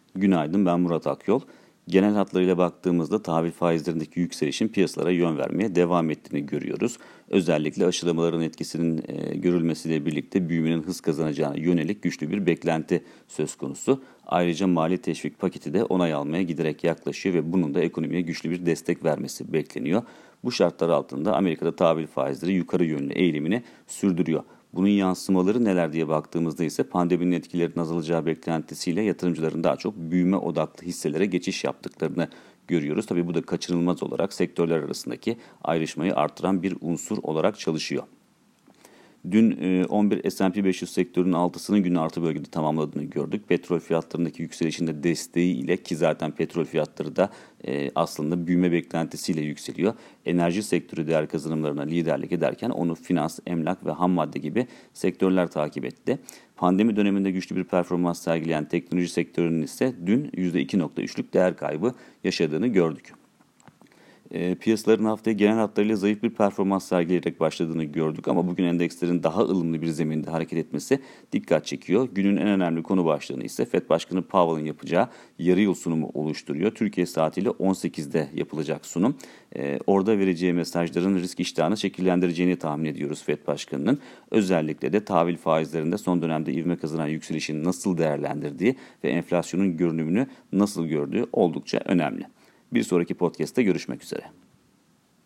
Günaydın, ben Murat Akyol. Genel hatlarıyla baktığımızda tahvil faizlerindeki yükselişin piyasalara yön vermeye devam ettiğini görüyoruz. Özellikle aşılamaların etkisinin görülmesiyle birlikte büyümenin hız kazanacağına yönelik güçlü bir beklenti söz konusu. Ayrıca mali teşvik paketi de onay almaya giderek yaklaşıyor ve bunun da ekonomiye güçlü bir destek vermesi bekleniyor. Bu şartlar altında Amerika'da tahvil faizleri yukarı yönlü eğilimini sürdürüyor. Bunun yansımaları neler diye baktığımızda ise pandeminin etkilerinin azalacağı beklentisiyle yatırımcıların daha çok büyüme odaklı hisselere geçiş yaptıklarını görüyoruz. Tabii bu da kaçınılmaz olarak sektörler arasındaki ayrışmayı artıran bir unsur olarak çalışıyor. Dün 11 S&P 500 sektörünün altısının günü artı bölgede tamamladığını gördük. Petrol fiyatlarındaki yükselişin de desteği ile ki zaten petrol fiyatları da aslında büyüme beklentisiyle yükseliyor. Enerji sektörü değer kazanımlarına liderlik ederken onu finans, emlak ve ham madde gibi sektörler takip etti. Pandemi döneminde güçlü bir performans sergileyen teknoloji sektörünün ise dün %2,3'lük değer kaybı yaşadığını gördük. Piyasaların haftaya genel hatlarıyla zayıf bir performans sergileyerek başladığını gördük ama bugün endekslerin daha ılımlı bir zeminde hareket etmesi dikkat çekiyor. Günün en önemli konu başlığını ise FED Başkanı Powell'ın yapacağı yarı yıl sunumu oluşturuyor. Türkiye saatiyle 18'de yapılacak sunum. Orada vereceği mesajların risk iştahını şekillendireceğini tahmin ediyoruz FED Başkanı'nın. Özellikle de tahvil faizlerinde son dönemde ivme kazanan yükselişini nasıl değerlendirdiği ve enflasyonun görünümünü nasıl gördüğü oldukça önemli. Bir sonraki podcast'te görüşmek üzere.